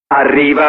Arriva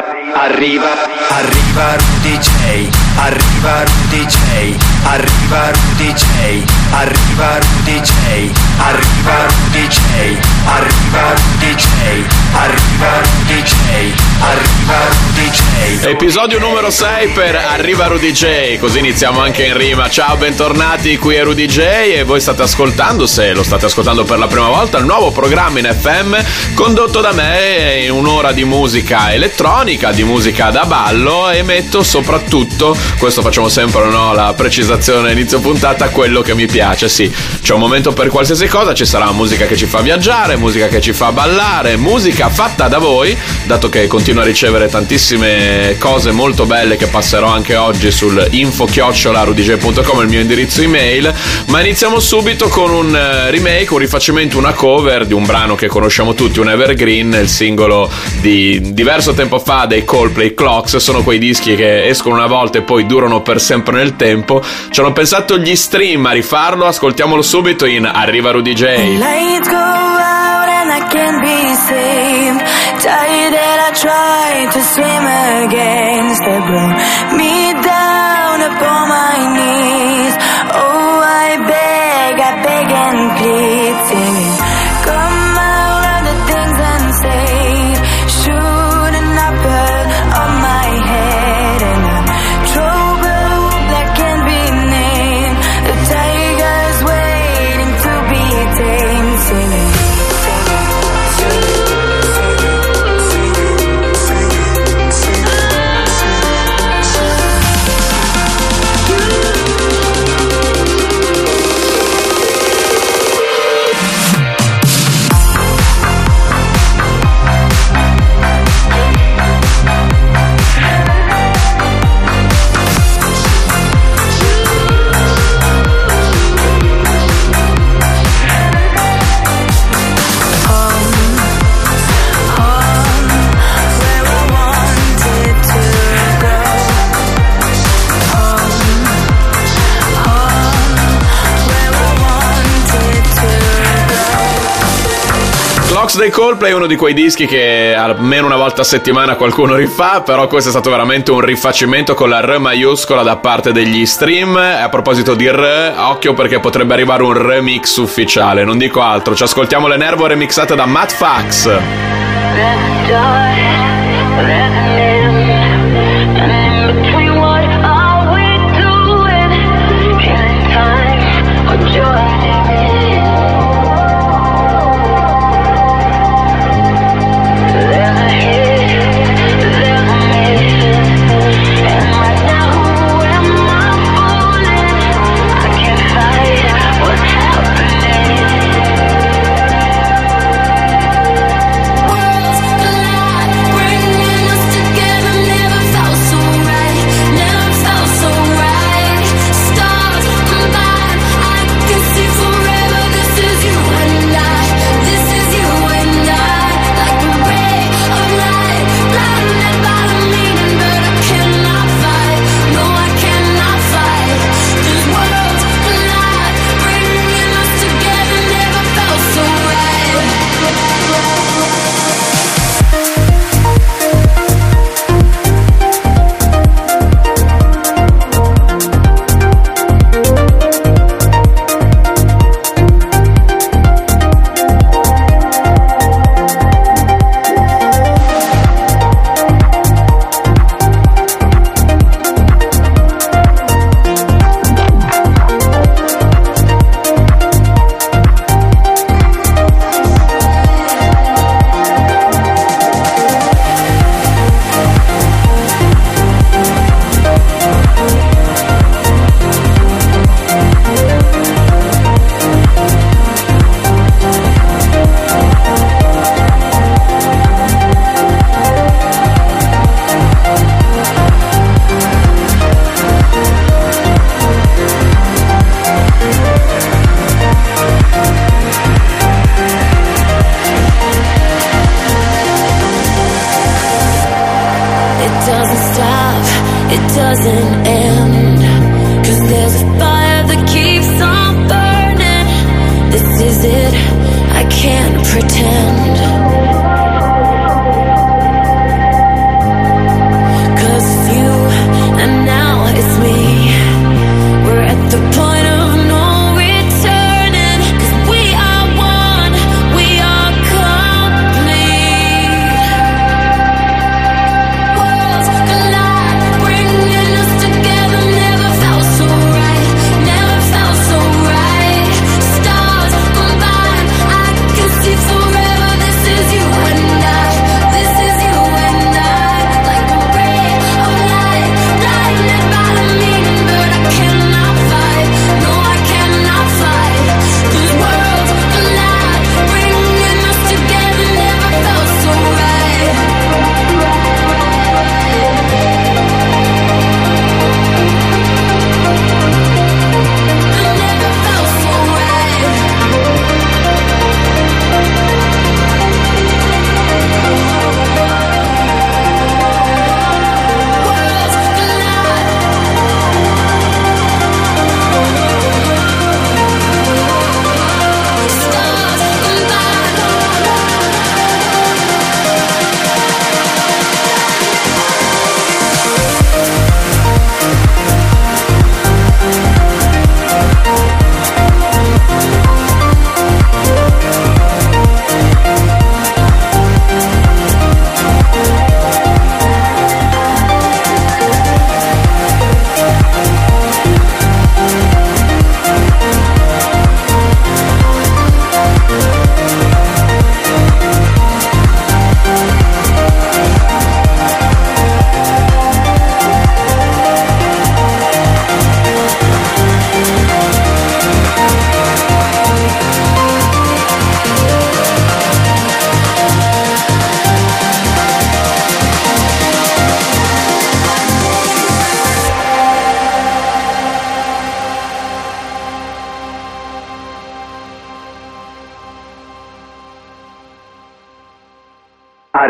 Rudy J, arriva Rudy J, arriva Rudy J, arriva Rudy J, arriva Rudy J, arriva Rudy J, arriva Rudy J, arriva Rudy J. Episodio numero 6 per Arriva Rudy J, così iniziamo anche in rima. Ciao, bentornati, qui è Rudy J e voi state ascoltando, se lo state ascoltando per la prima volta, il nuovo programma in FM condotto da me in un'ora di musica elettronica, di musica da ballo, e metto soprattutto, questo facciamo sempre, no, la precisazione inizio puntata, quello che mi piace. Sì, c'è un momento per qualsiasi cosa, ci sarà musica che ci fa viaggiare, musica che ci fa ballare, musica fatta da voi, dato che continuo a ricevere tantissime cose molto belle che passerò anche oggi sul info@rudj.com, il mio indirizzo email. Ma iniziamo subito con un remake, un rifacimento, una cover di un brano che conosciamo tutti, un evergreen, il singolo di diverso tempo fa dei Coldplay, Clocks. Sono quei dischi che escono una volta e poi durano per sempre nel tempo. Ci hanno pensato gli Stream a rifarlo, ascoltiamolo subito in Arriva Rudy J. Lights go out and I can't be saved. Tired that I tried to swim against the blow me down upon my knees. Oh, I beg and plead, singing, come out of the things unsaid. Shooting up on my head and I'm trouble that can't be named. The tiger's waiting to be tamed, singing. Clocks dei Coldplay è uno di quei dischi che almeno una volta a settimana qualcuno rifà, però questo è stato veramente un rifacimento con la R maiuscola da parte degli Stream. E a proposito di R, occhio perché potrebbe arrivare un remix ufficiale, non dico altro. Ci ascoltiamo le Nervo remixate da Matt Fax. doesn't end, 'cause there's a fire that keeps on burning. This is it, I can't pretend.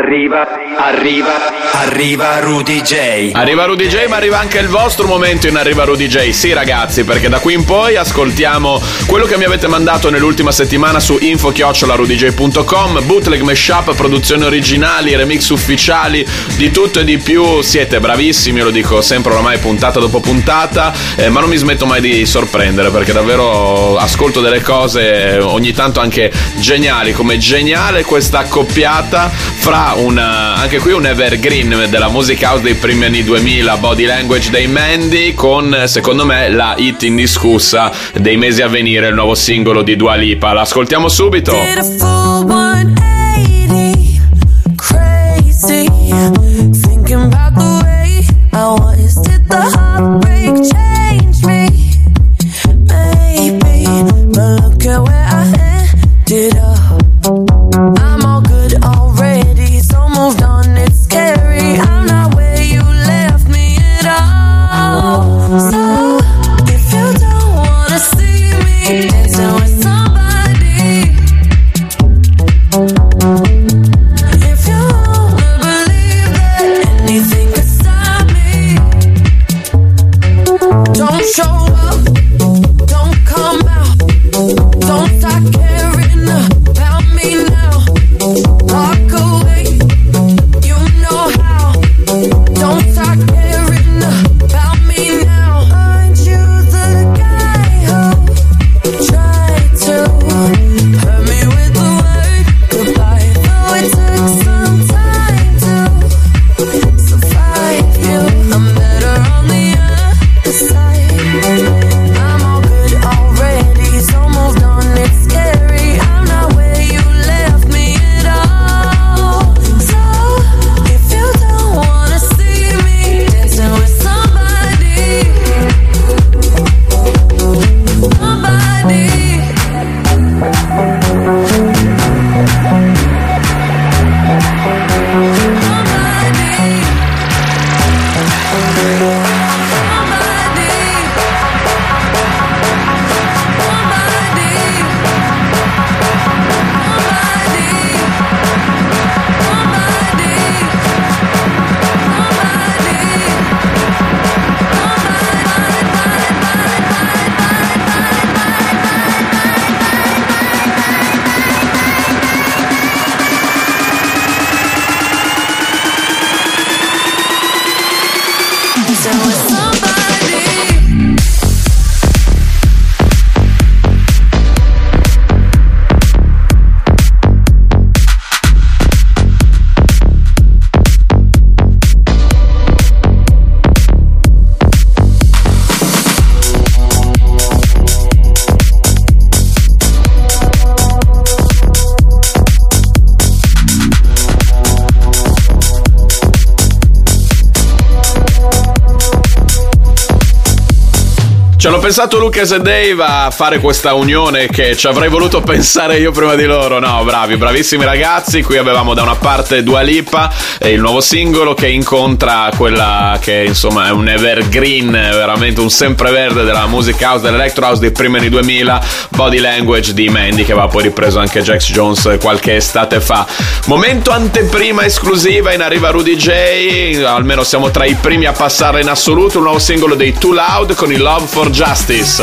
Arriva Rudy J. Arriva Rudy J, ma arriva anche il vostro momento in Arriva Rudy J. Sì ragazzi, perché da qui in poi ascoltiamo quello che mi avete mandato nell'ultima settimana su info@rudyj.com. Bootleg, mashup, produzioni originali, remix ufficiali, di tutto e di più. Siete bravissimi, lo dico sempre ormai puntata dopo puntata, ma non mi smetto mai di sorprendere, perché davvero ascolto delle cose ogni tanto anche geniali, come geniale questa accoppiata fra anche qui un evergreen della music house dei primi anni 2000, Body Language dei Mandy, con secondo me la hit indiscussa dei mesi a venire, il nuovo singolo di Dua Lipa. L'ascoltiamo subito. Did a full 180, crazy, thinking about the way I was. Did the heartbreak change me? Maybe, but look at where I ended up. I'm all good already, so moved on, it's scary. I'm not where you left me at all. So if you don't wanna see me dancing with somebody, if you wanna believe that anything could stop me, don't show up, don't come out, don't start caring about me now. Walk away, you know how. Don't start caring about me now. Aren't you the guy who tried to hurt me with the word goodbye? Though it took some time to survive you, I'm better on the other side. I'm all good already, so moved on, it's scary. I'm not where you left me at all. So if you don't wanna see me dancing with somebody, dancing with somebody. Ci hanno pensato Lucas e Dave a fare questa unione che ci avrei voluto pensare io prima di loro. No, bravissimi ragazzi. Qui avevamo da una parte Dua Lipa e il nuovo singolo che incontra quella che insomma è un evergreen, veramente un sempreverde della music house, dell'electro house dei primi anni 2000, Body Language di Mandy, che aveva poi ripreso anche Jax Jones qualche estate fa. Momento anteprima esclusiva in Arriva Rudy J, almeno siamo tra i primi a passarla in assoluto, un nuovo singolo dei Too Loud con il Love for Justice.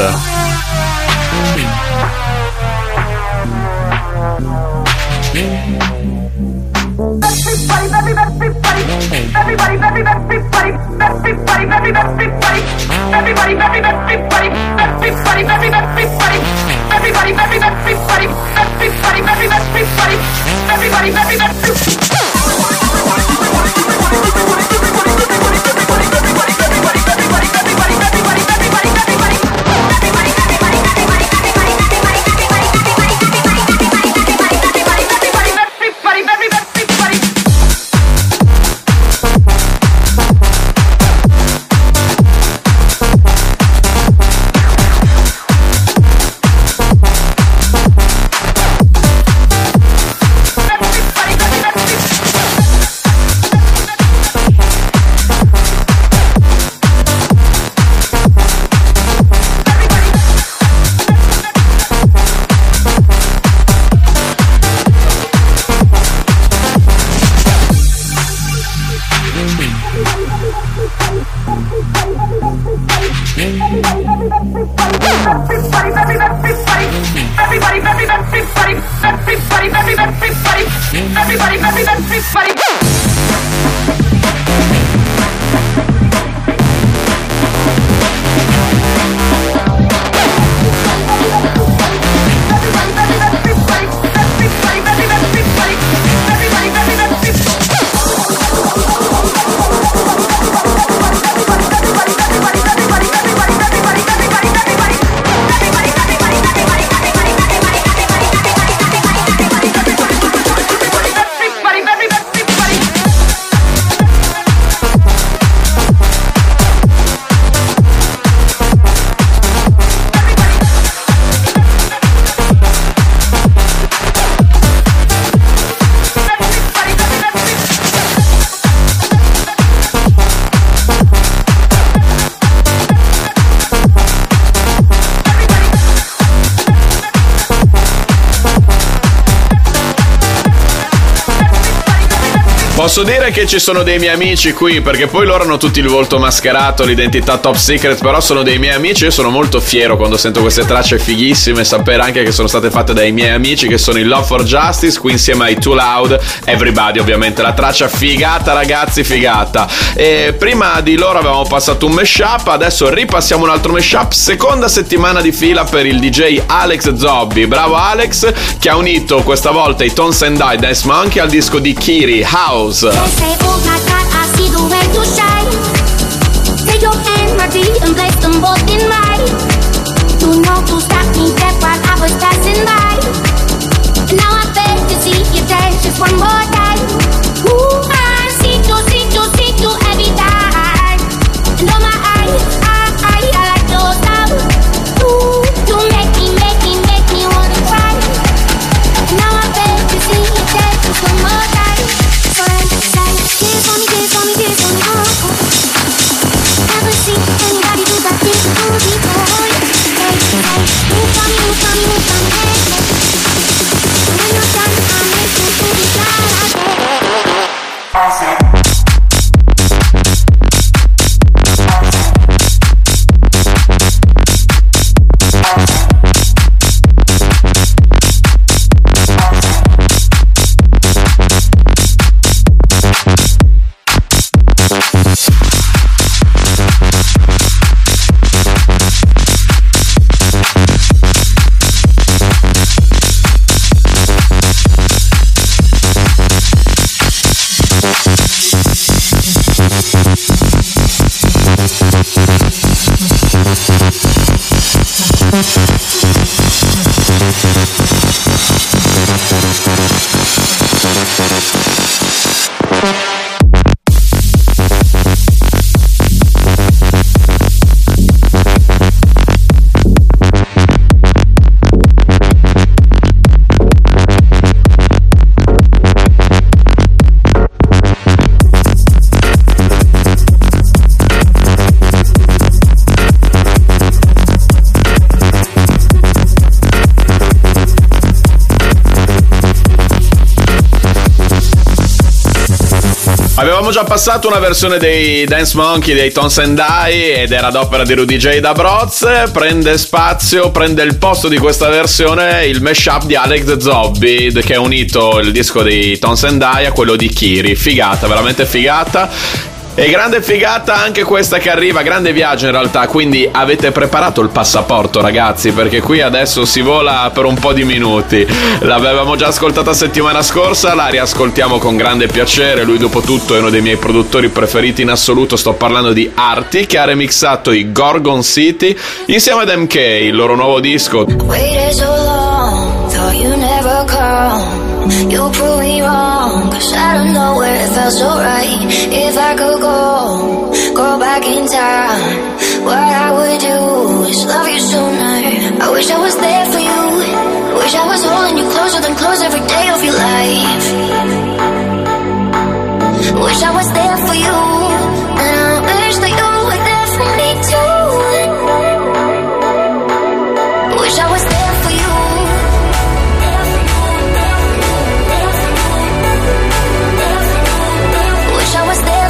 Posso dire che ci sono dei miei amici qui, perché poi loro hanno tutti il volto mascherato, l'identità top secret, però sono dei miei amici. Io sono molto fiero quando sento queste tracce fighissime, sapere anche che sono state fatte dai miei amici, che sono i Love for Justice, qui insieme ai Too Loud, Everybody ovviamente, la traccia figata ragazzi, figata. E prima di loro avevamo passato un mashup, adesso ripassiamo un altro mashup, seconda settimana di fila per il DJ Alex Zobby. Bravo Alex, che ha unito questa volta i Tones and I Dance Monkey al disco di Kiri, House. They say, oh my God, I see the way you shine. Take your hand, my dear, and place them both in mine. You know to stop me dead while I was passing by. And now I beg to see you dance just one more time. Ooh, I see you every time. And oh my eyes, I like your love. Ooh, you make me wanna cry. And now I beg to see you dance just one more time. Never seen anybody do that thing before. Move on me, when you're done, I'll make you feel the glad Avevamo già passato una versione dei Dance Monkey, dei Tones and I, ed era d'opera di Rudy J da Broz. Prende spazio, prende il posto di questa versione il mashup di Alex Zobby, che ha unito il disco dei Tones and I a quello di Kiri. Figata, veramente figata. E grande figata anche questa che arriva, grande viaggio in realtà, quindi avete preparato il passaporto ragazzi, perché qui adesso si vola per un po' di minuti. L'avevamo già ascoltata settimana scorsa, la riascoltiamo con grande piacere. Lui dopo tutto è uno dei miei produttori preferiti in assoluto, sto parlando di Arty, che ha remixato i Gorgon City insieme ad MK, il loro nuovo disco. You prove me wrong, 'cause I don't know where it felt so right. If I could go back in time, what I would do is love you sooner. I wish I was there for you, wish I was holding you closer than close every day of your life. Wish I was there for you, and I wish that you were there for me too. Wish I was there for you. I was there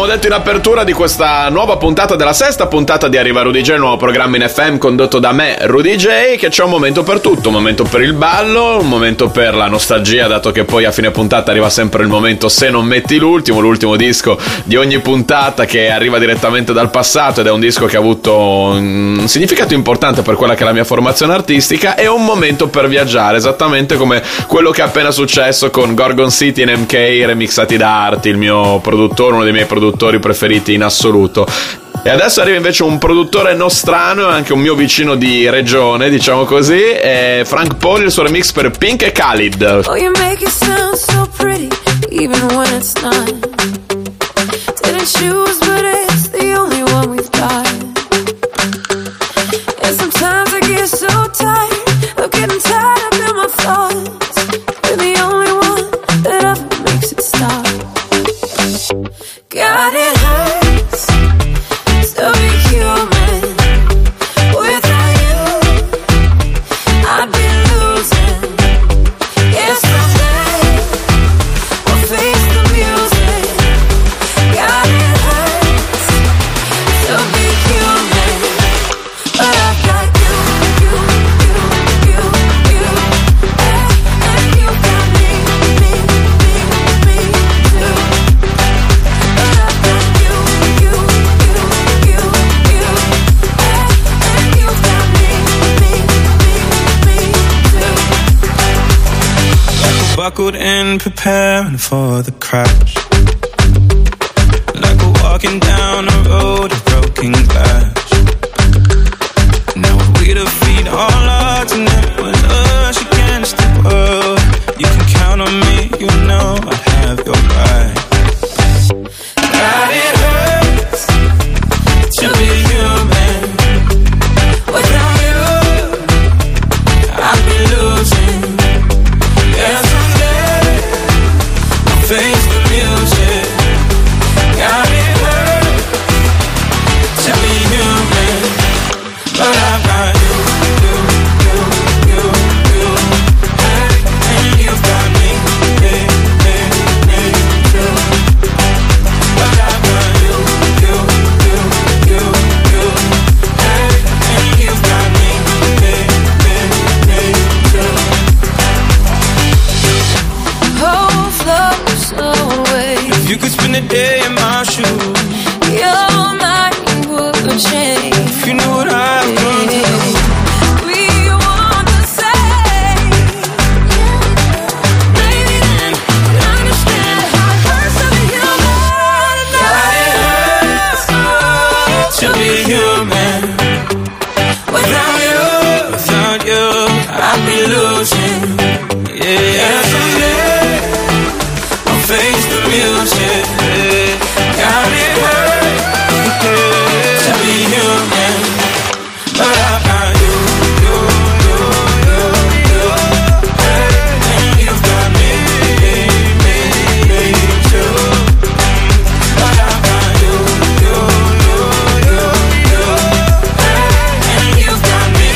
detto in apertura di questa nuova puntata, della sesta puntata di Arriva Rudy J, il nuovo programma in FM condotto da me, Rudy J, che c'è un momento per tutto, un momento per il ballo, un momento per la nostalgia, dato che poi a fine puntata arriva sempre il momento se non metti l'ultimo disco di ogni puntata, che arriva direttamente dal passato ed è un disco che ha avuto un significato importante per quella che è la mia formazione artistica, e un momento per viaggiare, esattamente come quello che è appena successo con Gorgon City in MK remixati da Arti, il mio produttore, uno dei miei produttori preferiti in assoluto. E adesso arriva invece un produttore nostrano e anche un mio vicino di regione, diciamo così, è Frank Paul, il suo remix per Pink e Khalid. Oh, you make it sound so pretty, even when it's not. Didn't choose, but it's the only one we've got. And sometimes I get so tired of getting tied up in my thoughts. You're the only one that ever makes it stop. God, it hurts to be human. Without you, I'd be losing. Yeah, someday we'll face the music. God, it hurts to be human, but I've got you, and you got me too. But I've got you, and you got me too. Buckled in, preparing for the crash. Like we're walking down a road of broken glass. Now we defeat all odds, and it was us against the world. You can count on me, you know I have your back. God, it hurts to be human. Without you, I'd be losing. Yeah, someday I'll face the music. God, it hurts to be human, but I've got you, and you've got me too. But I've got you, and you've got me too. Hope flows away. If you could spend a day in my shoes, Your mind would change. if you knew what I've gone through. We want to say, maybe then you'd understand how it hurts to be human. To be human, without you, I'd be losing. Yeah, someday I'll face the music. God, it hurts to be human, but I've got you, and you've got me too. But I've got you, and you've got me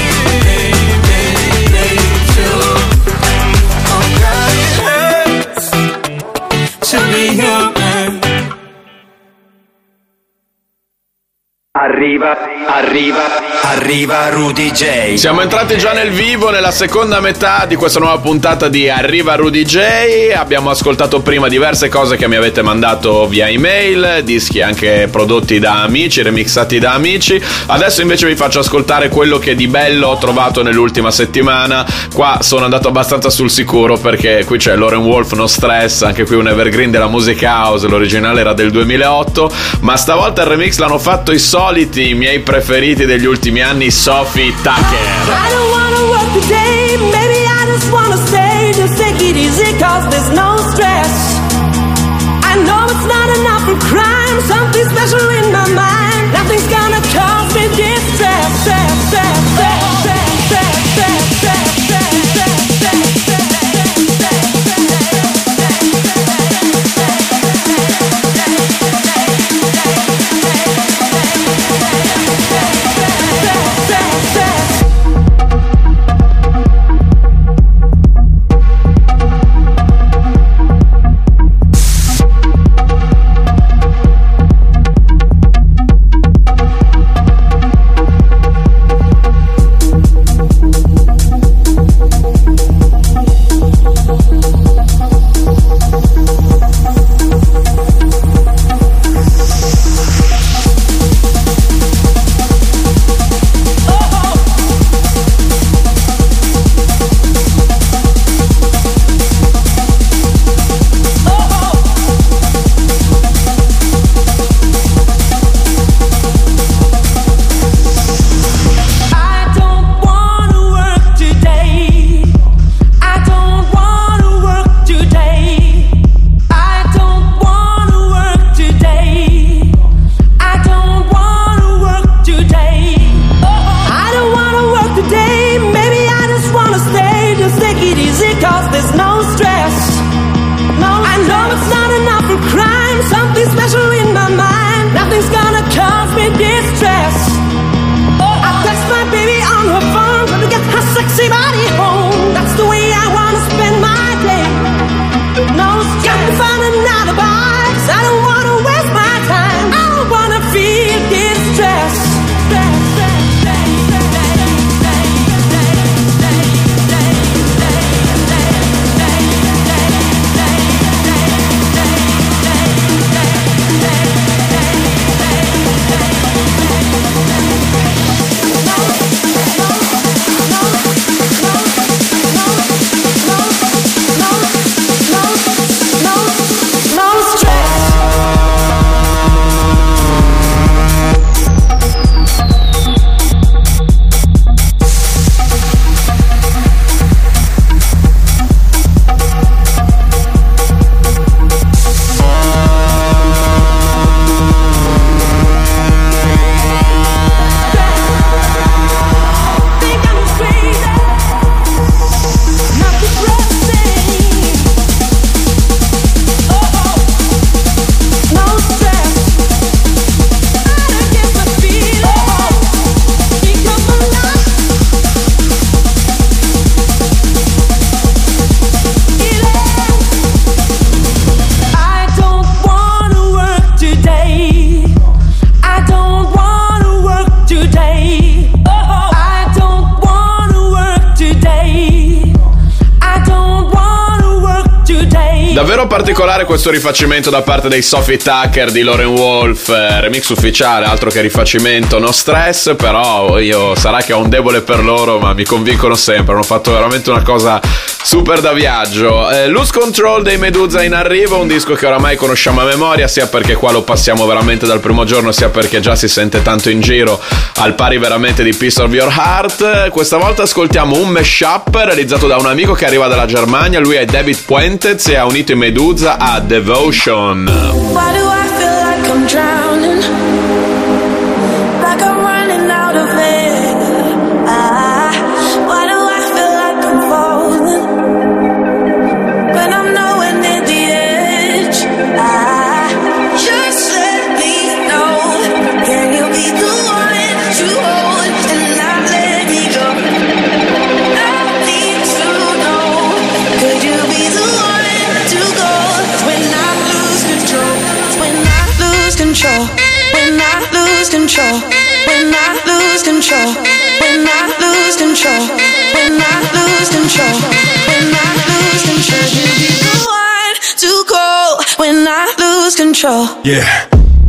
too. Oh God, it hurts to be human. Arriva Rudy J. Siamo entrati già nel vivo, nella seconda metà di questa nuova puntata di Arriva Rudy J. Abbiamo ascoltato prima diverse cose che mi avete mandato via email, dischi anche prodotti da amici, remixati da amici. Adesso invece vi faccio ascoltare quello che di bello ho trovato nell'ultima settimana. Qua sono andato abbastanza sul sicuro, perché qui c'è Lauren Wolf, No Stress, anche qui un evergreen della musica house. L'originale era del 2008, ma stavolta il remix l'hanno fatto i soliti, i miei preferiti degli ultimi anni, Sophie Tucker. I don't wanna work today, maybe I just wanna stay. Just take it easy, cause there's no stress. I know it's not enough for crime, something special in my mind. Nothing's gonna cause me distress, stress, stress, stress, stress, stress, stress, stress, stress, stress, stress. Però particolare questo rifacimento da parte dei Sophie Tucker di Lauren Wolf, remix ufficiale, altro che rifacimento, no stress. Però io sarà che ho un debole per loro, ma mi convincono sempre, hanno fatto veramente una cosa super da viaggio. Lose Control dei Medusa in arrivo, un disco che oramai conosciamo a memoria, sia perché qua lo passiamo veramente dal primo giorno, sia perché già si sente tanto in giro, al pari veramente di Piece of Your Heart. Questa volta ascoltiamo un mashup realizzato da un amico che arriva dalla Germania, lui è David Puentez e ha unito i Medusa a Devotion. Why do I feel like I'm drowning? Like I'm running out of air. Why do I feel like I'm falling when I'm nowhere near the edge? Just let me know. Can you be the one to hold and not let me go? I need to know. Could you be the one to go when I lose control? When I lose control. When I lose control. When I lose control. When I lose control. When I lose control. When I lose control. You be the one to go when I lose control. Yeah.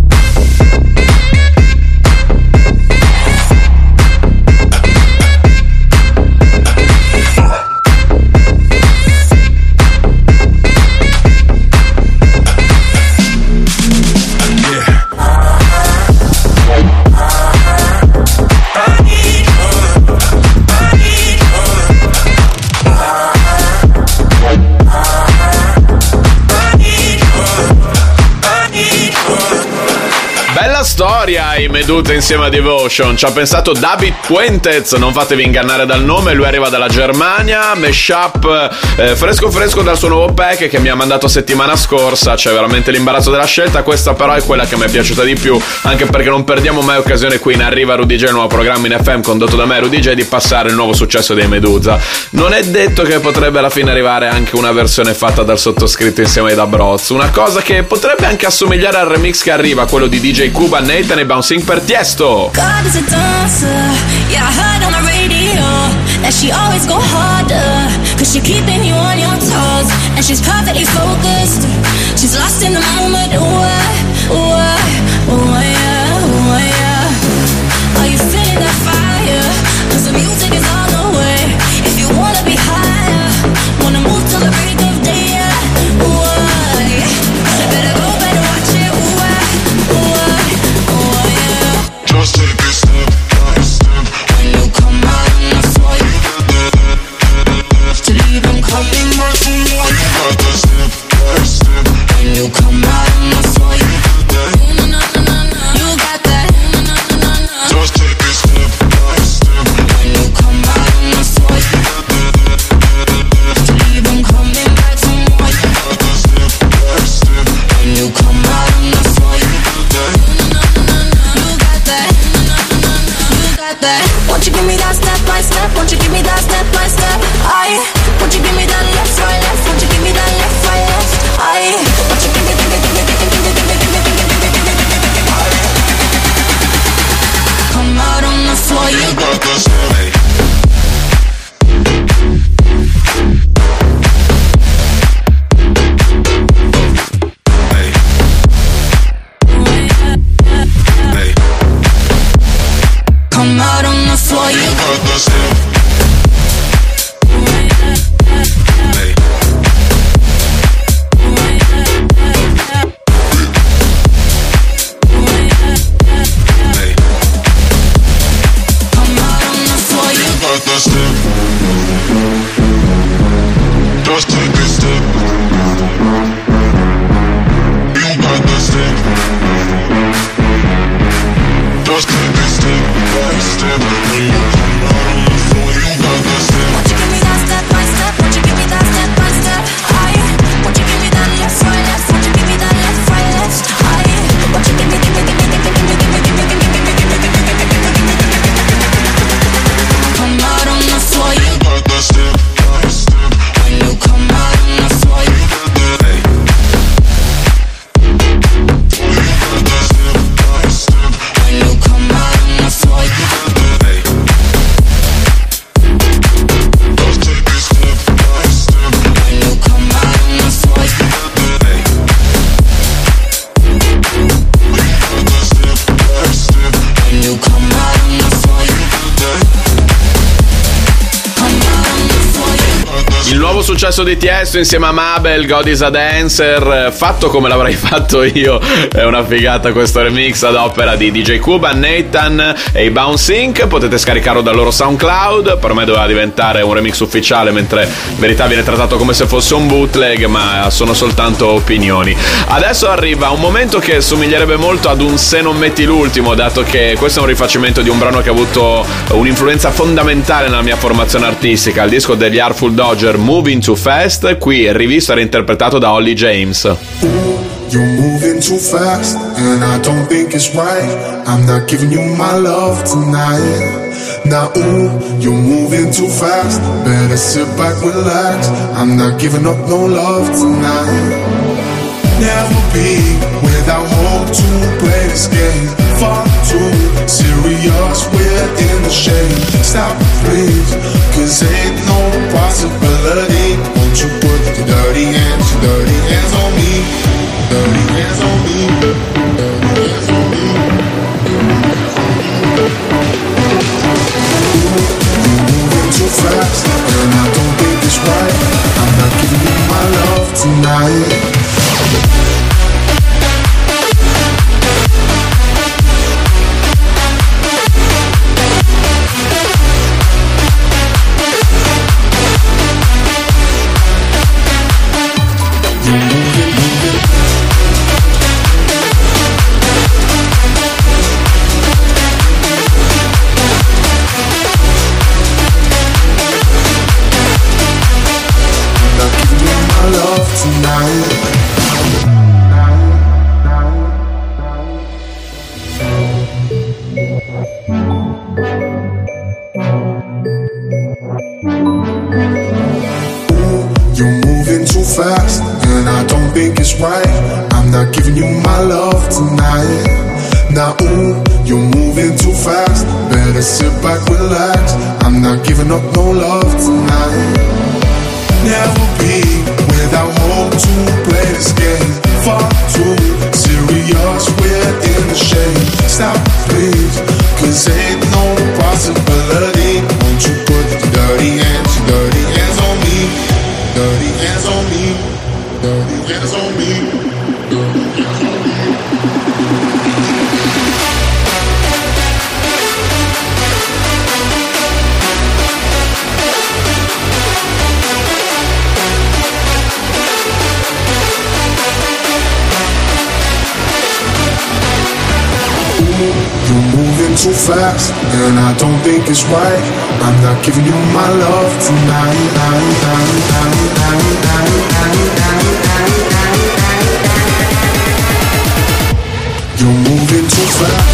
Storia i Medusa insieme a Devotion, ci ha pensato David Puentez, non fatevi ingannare dal nome, lui arriva dalla Germania, mashup fresco dal suo nuovo pack che mi ha mandato settimana scorsa, c'è veramente l'imbarazzo della scelta, questa però è quella che mi è piaciuta di più, anche perché non perdiamo mai occasione qui in Arriva Rudy J, il nuovo programma in FM condotto da me Rudy J, di passare il nuovo successo dei Medusa. Non è detto che potrebbe alla fine arrivare anche una versione fatta dal sottoscritto insieme ai Dabroz, una cosa che potrebbe anche assomigliare al remix che arriva, quello di DJ Cuba, Nathan e Bouncing per Tiesto. God is a dancer, yeah, I heard on the radio that she always go harder, cause she keeping you on your toes, and she's perfectly focused, she's lost in the moment, yeah, are you feeling that fire, cause the music is on the way, if you wanna be higher, wanna move till the break of day, yeah, better go, better watch it, just take a step, when you come out on the floor, to leave them coming back for more. You got the step, when you come out on the floor, you got that. Just take a step, when you come out on the floor, to leave them coming back for more. You got the step, when you come out on the floor, you got that. Won't you give me that step by step? Won't you give me that step by step? Won't you give me that left, right, left? Won't you give me that left, right, left? Won't you give me come out on the floor, you got the step. Come out on the floor, you got the step. Come out on the floor, you got the step. Just take a step. You got the step. Just take a step, when you come out on the floor, you got the step. Won't you give me that step by step? Won't you give me that step by step? Won't you give me that left, right, left? Won't you give me that left, right, left? Won't you give me come out on the come out, I'm not for you. Il nuovo successo di Tiesto insieme a Mabel, God is a Dancer, fatto come l'avrei fatto io, è una figata questo remix ad opera di DJ Cuban, Nathan e i Bounce Inc. Potete scaricarlo dal loro SoundCloud. Per me doveva diventare un remix ufficiale, mentre in verità viene trattato come se fosse un bootleg, ma sono soltanto opinioni. Adesso arriva un momento che somiglierebbe molto ad un Se non metti l'ultimo, dato che questo è un rifacimento di un brano che ha avuto un'influenza fondamentale nella mia formazione artistica, il disco degli Artful Dodger, Moving Too Fast, qui rivisto e reinterpretato da Holly James. You're moving too fast, and I don't think it's right. I'm not giving you my love tonight. Now, ooh, you're moving too fast. Better sit back, relax. I'm not giving up no love tonight. Never be without hope to play this game. Far too serious, we're in the shade. Stop, please, 'cause ain't no possibility. Won't you put your dirty hands on me? Dirty hands on me. Dirty hands on me. You're moving too fast, and I don't think it's right. I'm not giving you my love tonight. Fast, and I don't think it's right. I'm not giving you my love tonight. Now, ooh, you're moving too fast. Better sit back, relax. I'm not giving up no love tonight. Never be without hope to play this game. Far too serious, we're in the shade. Stop, please, 'cause ain't no possibility. Won't you put your dirty hands on me? Dirty hands on me, dirty hands on me, dirty hands on me. You're moving too fast, and I don't think it's right. I'm not giving you my love tonight. You're moving too fast.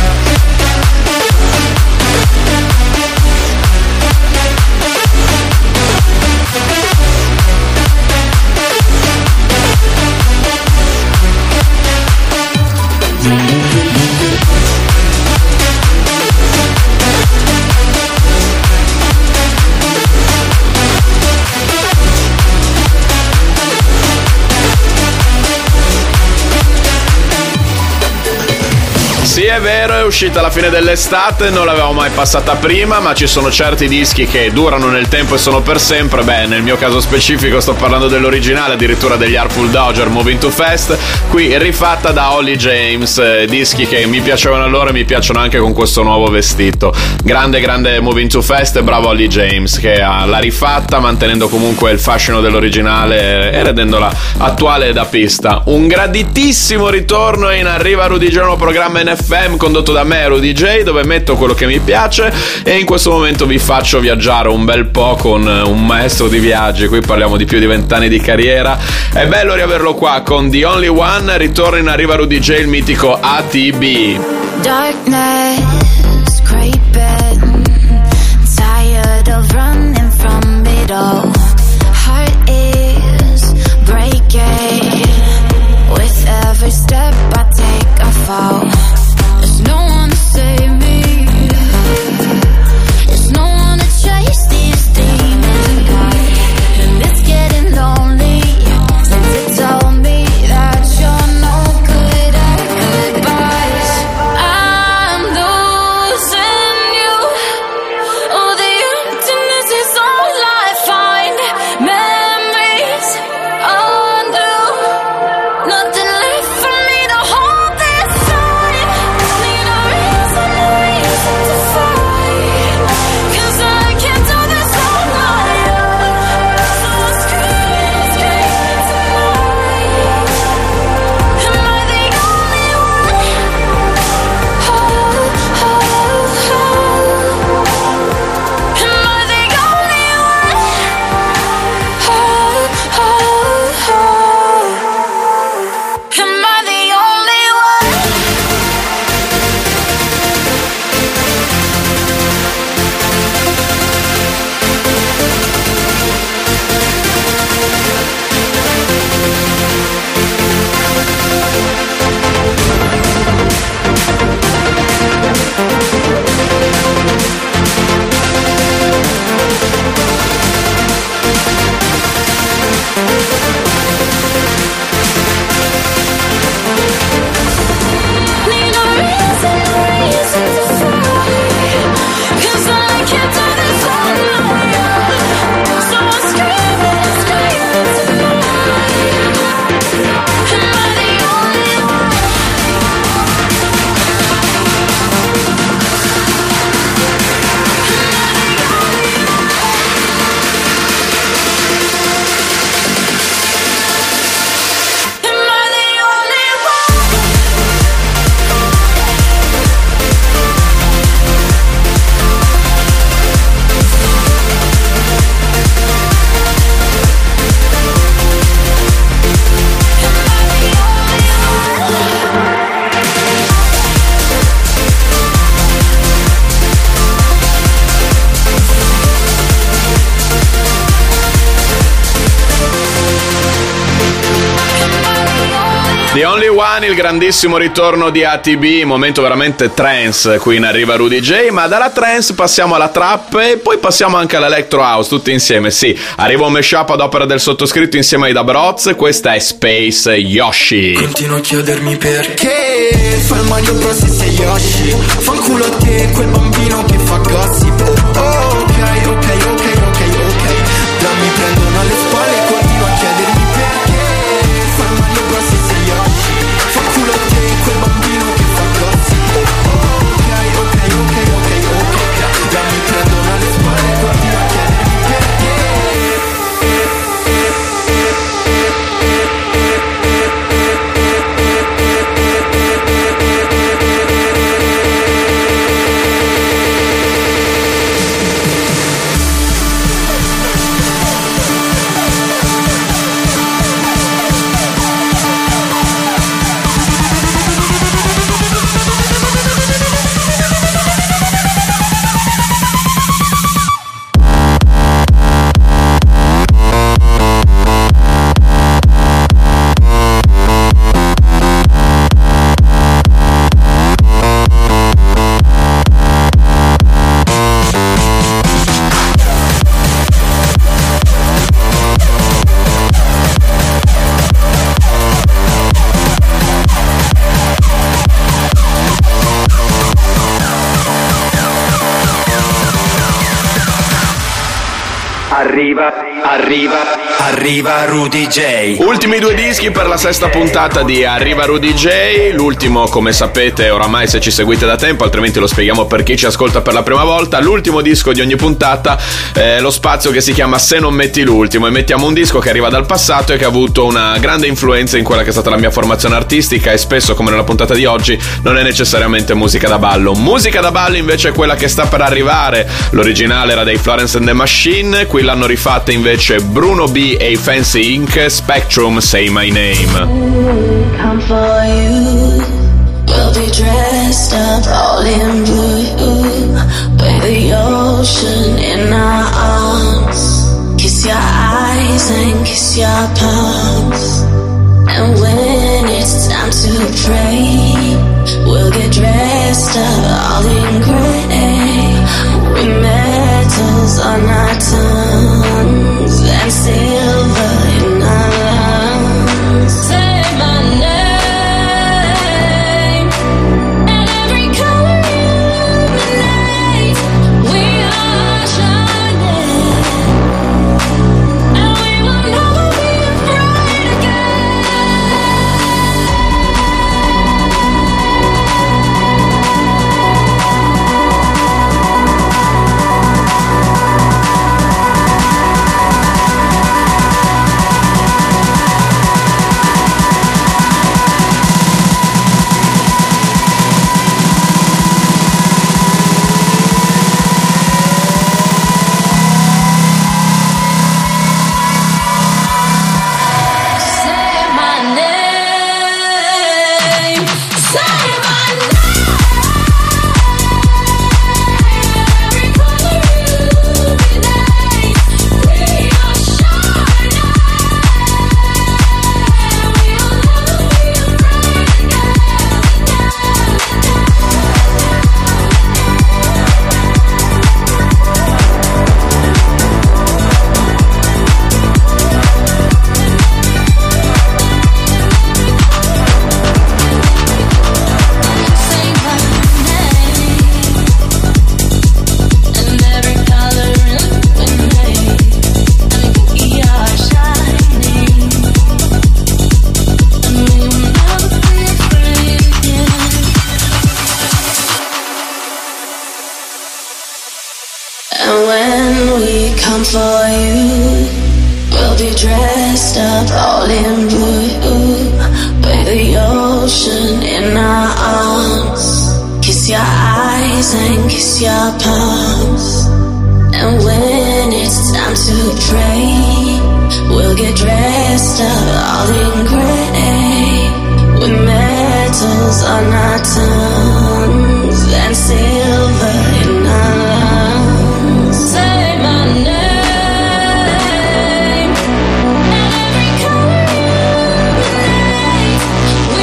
Sì, è vero, è uscita alla fine dell'estate, non l'avevamo mai passata prima, ma ci sono certi dischi che durano nel tempo e sono per sempre. Beh, nel mio caso specifico sto parlando dell'originale, addirittura degli Artful Dodger, Moving Too Fast, qui rifatta da Holly James, dischi che mi piacevano allora e mi piacciono anche con questo nuovo vestito. Grande Moving Too Fast e bravo Holly James che l'ha rifatta mantenendo comunque il fascino dell'originale e rendendola attuale da pista. Un graditissimo ritorno in Arriva Rudy J, un programma NFM condotto da me, Rudy J, dove metto quello che mi piace e in questo momento vi faccio viaggiare un bel po' con un maestro di viaggi. Qui parliamo di più di 20 anni di carriera. È bello riaverlo qua con The Only One. Ritorna in Arriva Rudy J il mitico ATB. Darkness creeping, tired of running from it all. Heart is breaking, with every step I take I fall. There's no one to save me, there's no one to chase these demons and it's getting lonely since it told me that you're no good at goodbyes. I'm the The Only One, il grandissimo ritorno di ATB, momento veramente trance qui in Arriva Rudy J, ma dalla trance passiamo alla trap e poi passiamo anche all'electro house, tutti insieme, sì. Arriva un mashup ad opera del sottoscritto insieme ai Dabroz, questa è Space Yoshi. Continuo a chiedermi perché fa il Mario Bros se sei Yoshi. Fanculo a te, quel bambino che fa gossip. Ok, mi prendono alle spalle e continuo a chiedermi perché fa il Mario Bros se sei Yoshi. Fanculo a te, quel bambino che fa gossip. Ok, mi prendono alle spalle e continuo a chiedermi perché. Arriva Rudy J. Ultimi due dischi per la sesta puntata di Arriva Rudy J. L'ultimo, come sapete oramai se ci seguite da tempo, altrimenti lo spieghiamo per chi ci ascolta per la prima volta. L'ultimo disco di ogni puntata è lo spazio che si chiama Se non metti l'ultimo, e mettiamo un disco che arriva dal passato e che ha avuto una grande influenza in quella che è stata la mia formazione artistica, e spesso, come nella puntata di oggi, non è necessariamente musica da ballo. Musica da ballo invece è quella che sta per arrivare. L'originale era dei Florence and the Machine, qui l'hanno rifatta invece Bruno B e i Fancy Inc. Spectrum, Say My Name. Come for you, we'll be dressed up all in blue, by the ocean in our arms, kiss your eyes and kiss your palms, and when it's time to pray, we'll get dressed up all in grey, with metals on our tongues and silver in our lungs. Say my name, and every color illuminate. We are shining, and we will never be afraid again. And when we come for you, we'll be dressed up all in blue, by the ocean in our arms, kiss your eyes and kiss your palms, and when it's time to pray, we'll get dressed up all in grey, with metals on our tongues and silver in our lungs. Say my name, and every color illuminate.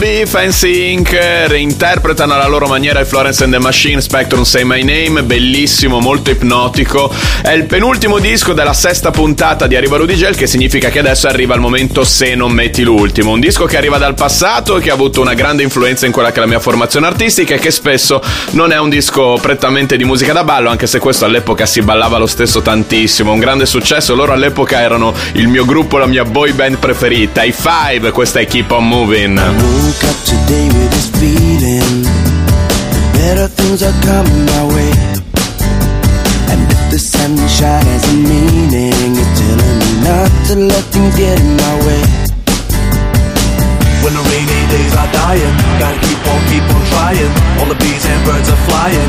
B, Fancy Inc. reinterpretano alla loro maniera il Florence and the Machine, Spectrum Say My Name, bellissimo, molto ipnotico. È il penultimo disco della sesta puntata di Arriva Rudy J, che significa che adesso arriva il momento Se non metti l'ultimo, un disco che arriva dal passato, che ha avuto una grande influenza in quella che è la mia formazione artistica e che spesso non è un disco prettamente di musica da ballo, anche se questo all'epoca si ballava lo stesso tantissimo, un grande successo. Loro all'epoca erano il mio gruppo, la mia boy band preferita, i Five. Questa è Keep On Moving. I woke up today with this feeling, better things are coming my way, and if the sunshine has a meaning, it's telling me not to let things get in my way. When the rainy days are dying, gotta keep on trying. All the bees and birds are flying.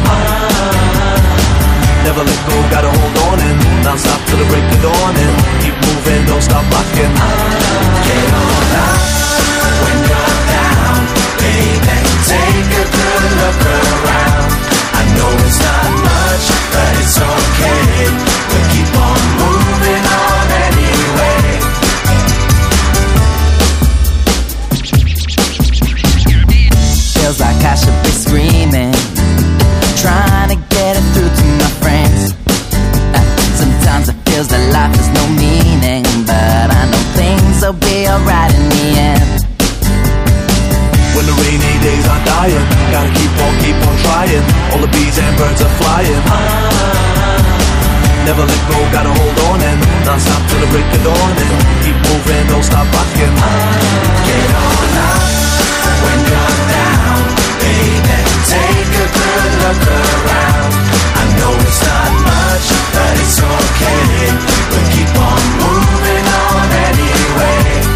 Never let go, gotta hold on and non-stop till the break of dawn and keep moving, don't stop rocking. Get on up when you're down, baby. Take a good look around. I know it's not much, but it's okay. We'll keep on moving on anyway. Feels like I should be screaming, trying to get it through to my friends. Sometimes it feels that life has no meaning, but I know things will be alright in the end. When the rainy days are dying, gotta keep on trying. All the bees and birds are flying. Never let go, gotta hold on and non-stop till the break of dawn and keep moving, don't stop rocking. Get on up when you're down, baby. Take a good look around. I know it's not much, but it's okay. We'll keep on moving on anyway.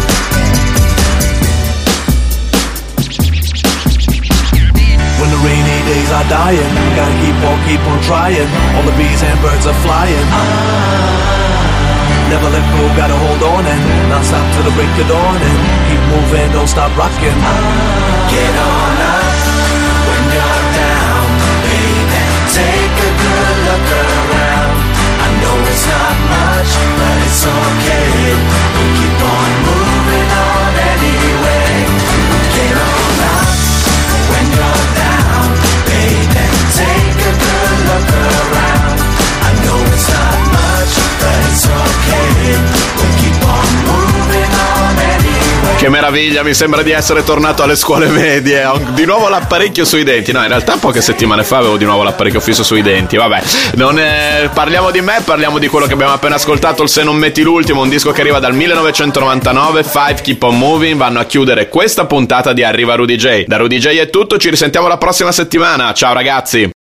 When the rainy days are dying, gotta keep on trying. All the bees and birds are flying. Never let go, gotta hold on and non-stop till the break of dawn and keep moving, don't stop rocking. Get on up when you're down, baby. Take a good look around. I know it's not much, but it's okay. We'll keep on moving on anyway. Get on up when you're down, baby. Take a good look around. I know it's not much, but it's okay. We'll keep on moving on anyway. Che meraviglia, mi sembra di essere tornato alle scuole medie. Ho di nuovo l'apparecchio sui denti. No, in realtà poche settimane fa avevo di nuovo l'apparecchio fisso sui denti. Vabbè, parliamo di me, parliamo di quello che abbiamo appena ascoltato, il Se non metti l'ultimo, un disco che arriva dal 1999. Five, Keep On Moving vanno a chiudere questa puntata di Arriva Rudy J. Da Rudy J è tutto, ci risentiamo la prossima settimana. Ciao ragazzi.